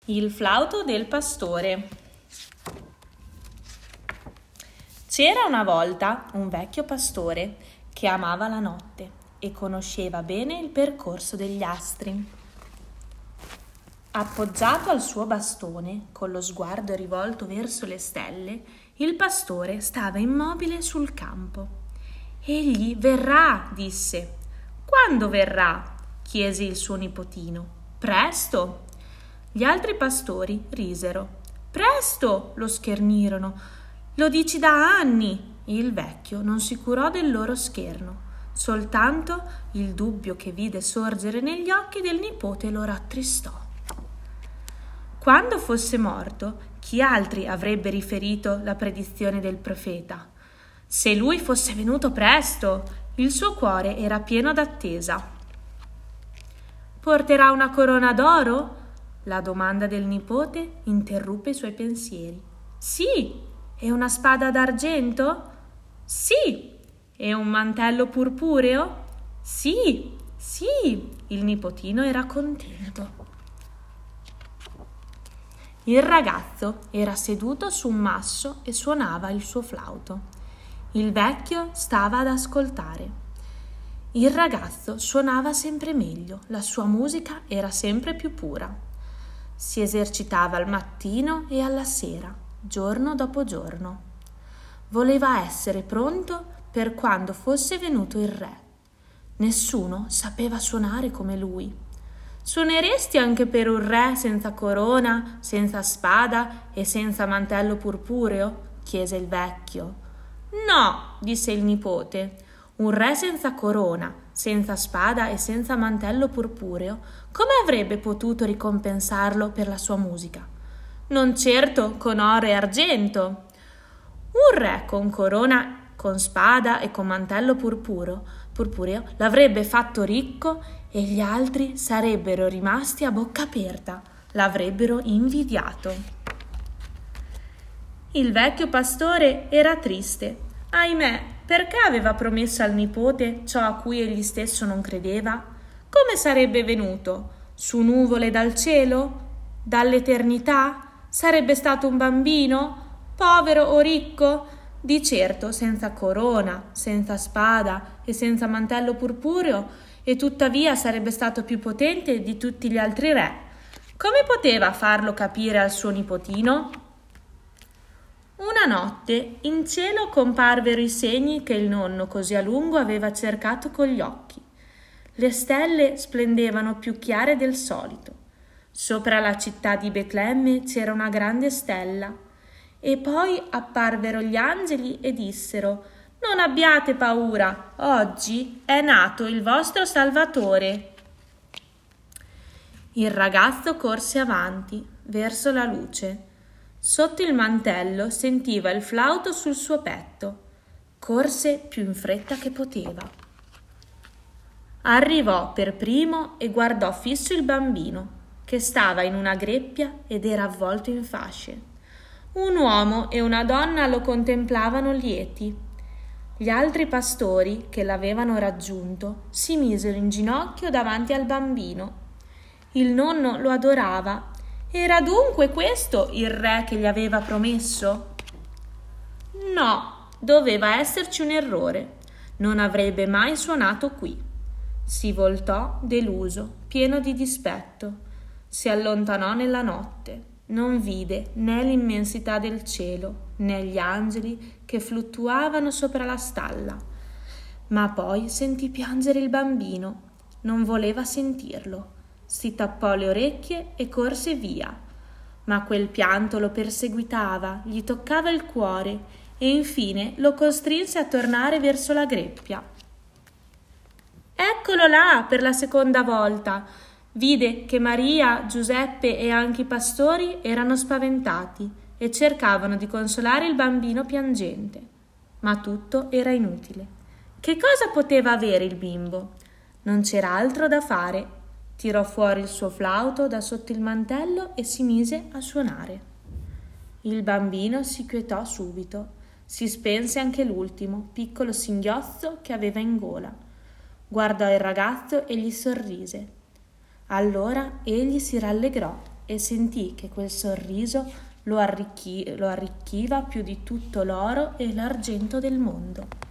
Il flauto del pastore. C'era una volta un vecchio pastore che amava la notte e conosceva bene il percorso degli astri. Appoggiato al suo bastone, con lo sguardo rivolto verso le stelle, il pastore stava immobile sul campo. «Egli verrà», disse. «Quando verrà?» chiese il suo nipotino. «Presto!» Gli altri pastori risero. «Presto!» lo schernirono. «Lo dici da anni!» Il vecchio non si curò del loro scherno. Soltanto il dubbio che vide sorgere negli occhi del nipote lo rattristò. Quando fosse morto, chi altri avrebbe riferito la predizione del profeta? Se lui fosse venuto presto, il suo cuore era pieno d'attesa. «Porterà una corona d'oro?» La domanda del nipote interruppe i suoi pensieri. «Sì!» «E una spada d'argento?» «Sì!» «E un mantello purpureo?» «Sì! Sì!» Il nipotino era contento. Il ragazzo era seduto su un masso e suonava il suo flauto. Il vecchio stava ad ascoltare. Il ragazzo suonava sempre meglio, la sua musica era sempre più pura. Si esercitava al mattino e alla sera, giorno dopo giorno. Voleva essere pronto per quando fosse venuto il re. Nessuno sapeva suonare come lui. «Suoneresti anche per un re senza corona, senza spada e senza mantello purpureo?» chiese il vecchio. «No», disse il nipote. «Un re senza corona, senza spada e senza mantello purpureo, come avrebbe potuto ricompensarlo per la sua musica? Non certo con oro e argento. Un re con corona, con spada e con mantello purpureo l'avrebbe fatto ricco e gli altri sarebbero rimasti a bocca aperta, l'avrebbero invidiato». Il vecchio pastore era triste. Ahimè, perché aveva promesso al nipote ciò a cui egli stesso non credeva? Come sarebbe venuto? Su nuvole dal cielo? Dall'eternità? Sarebbe stato un bambino? Povero o ricco? Di certo senza corona, senza spada e senza mantello purpureo, e tuttavia sarebbe stato più potente di tutti gli altri re. Come poteva farlo capire al suo nipotino? Una notte in cielo comparvero i segni che il nonno così a lungo aveva cercato con gli occhi. Le stelle splendevano più chiare del solito. Sopra la città di Betlemme c'era una grande stella. E poi apparvero gli angeli e dissero: «Non abbiate paura, oggi è nato il vostro Salvatore». Il ragazzo corse avanti, verso la luce. Sotto il mantello sentiva il flauto sul suo petto. Corse più in fretta che poteva. Arrivò per primo e guardò fisso il bambino, che stava in una greppia ed era avvolto in fasce. Un uomo e una donna lo contemplavano lieti. Gli altri pastori, che l'avevano raggiunto, si misero in ginocchio davanti al bambino. Il nonno lo adorava. Era dunque questo il re che gli aveva promesso? No, doveva esserci un errore. Non avrebbe mai suonato qui. Si voltò deluso, pieno di dispetto. Si allontanò nella notte. Non vide né l'immensità del cielo, né gli angeli che fluttuavano sopra la stalla. Ma poi sentì piangere il bambino. Non voleva sentirlo. Si tappò le orecchie e corse via. Ma quel pianto lo perseguitava, gli toccava il cuore e infine lo costrinse a tornare verso la greppia. Eccolo là per la seconda volta. Vide che Maria, Giuseppe e anche i pastori erano spaventati e cercavano di consolare il bambino piangente. Ma tutto era inutile. Che cosa poteva avere il bimbo? Non c'era altro da fare. Tirò fuori il suo flauto da sotto il mantello e si mise a suonare. Il bambino si quietò subito. Si spense anche l'ultimo, piccolo singhiozzo che aveva in gola. Guardò il ragazzo e gli sorrise. Allora egli si rallegrò e sentì che quel sorriso lo arricchiva più di tutto l'oro e l'argento del mondo.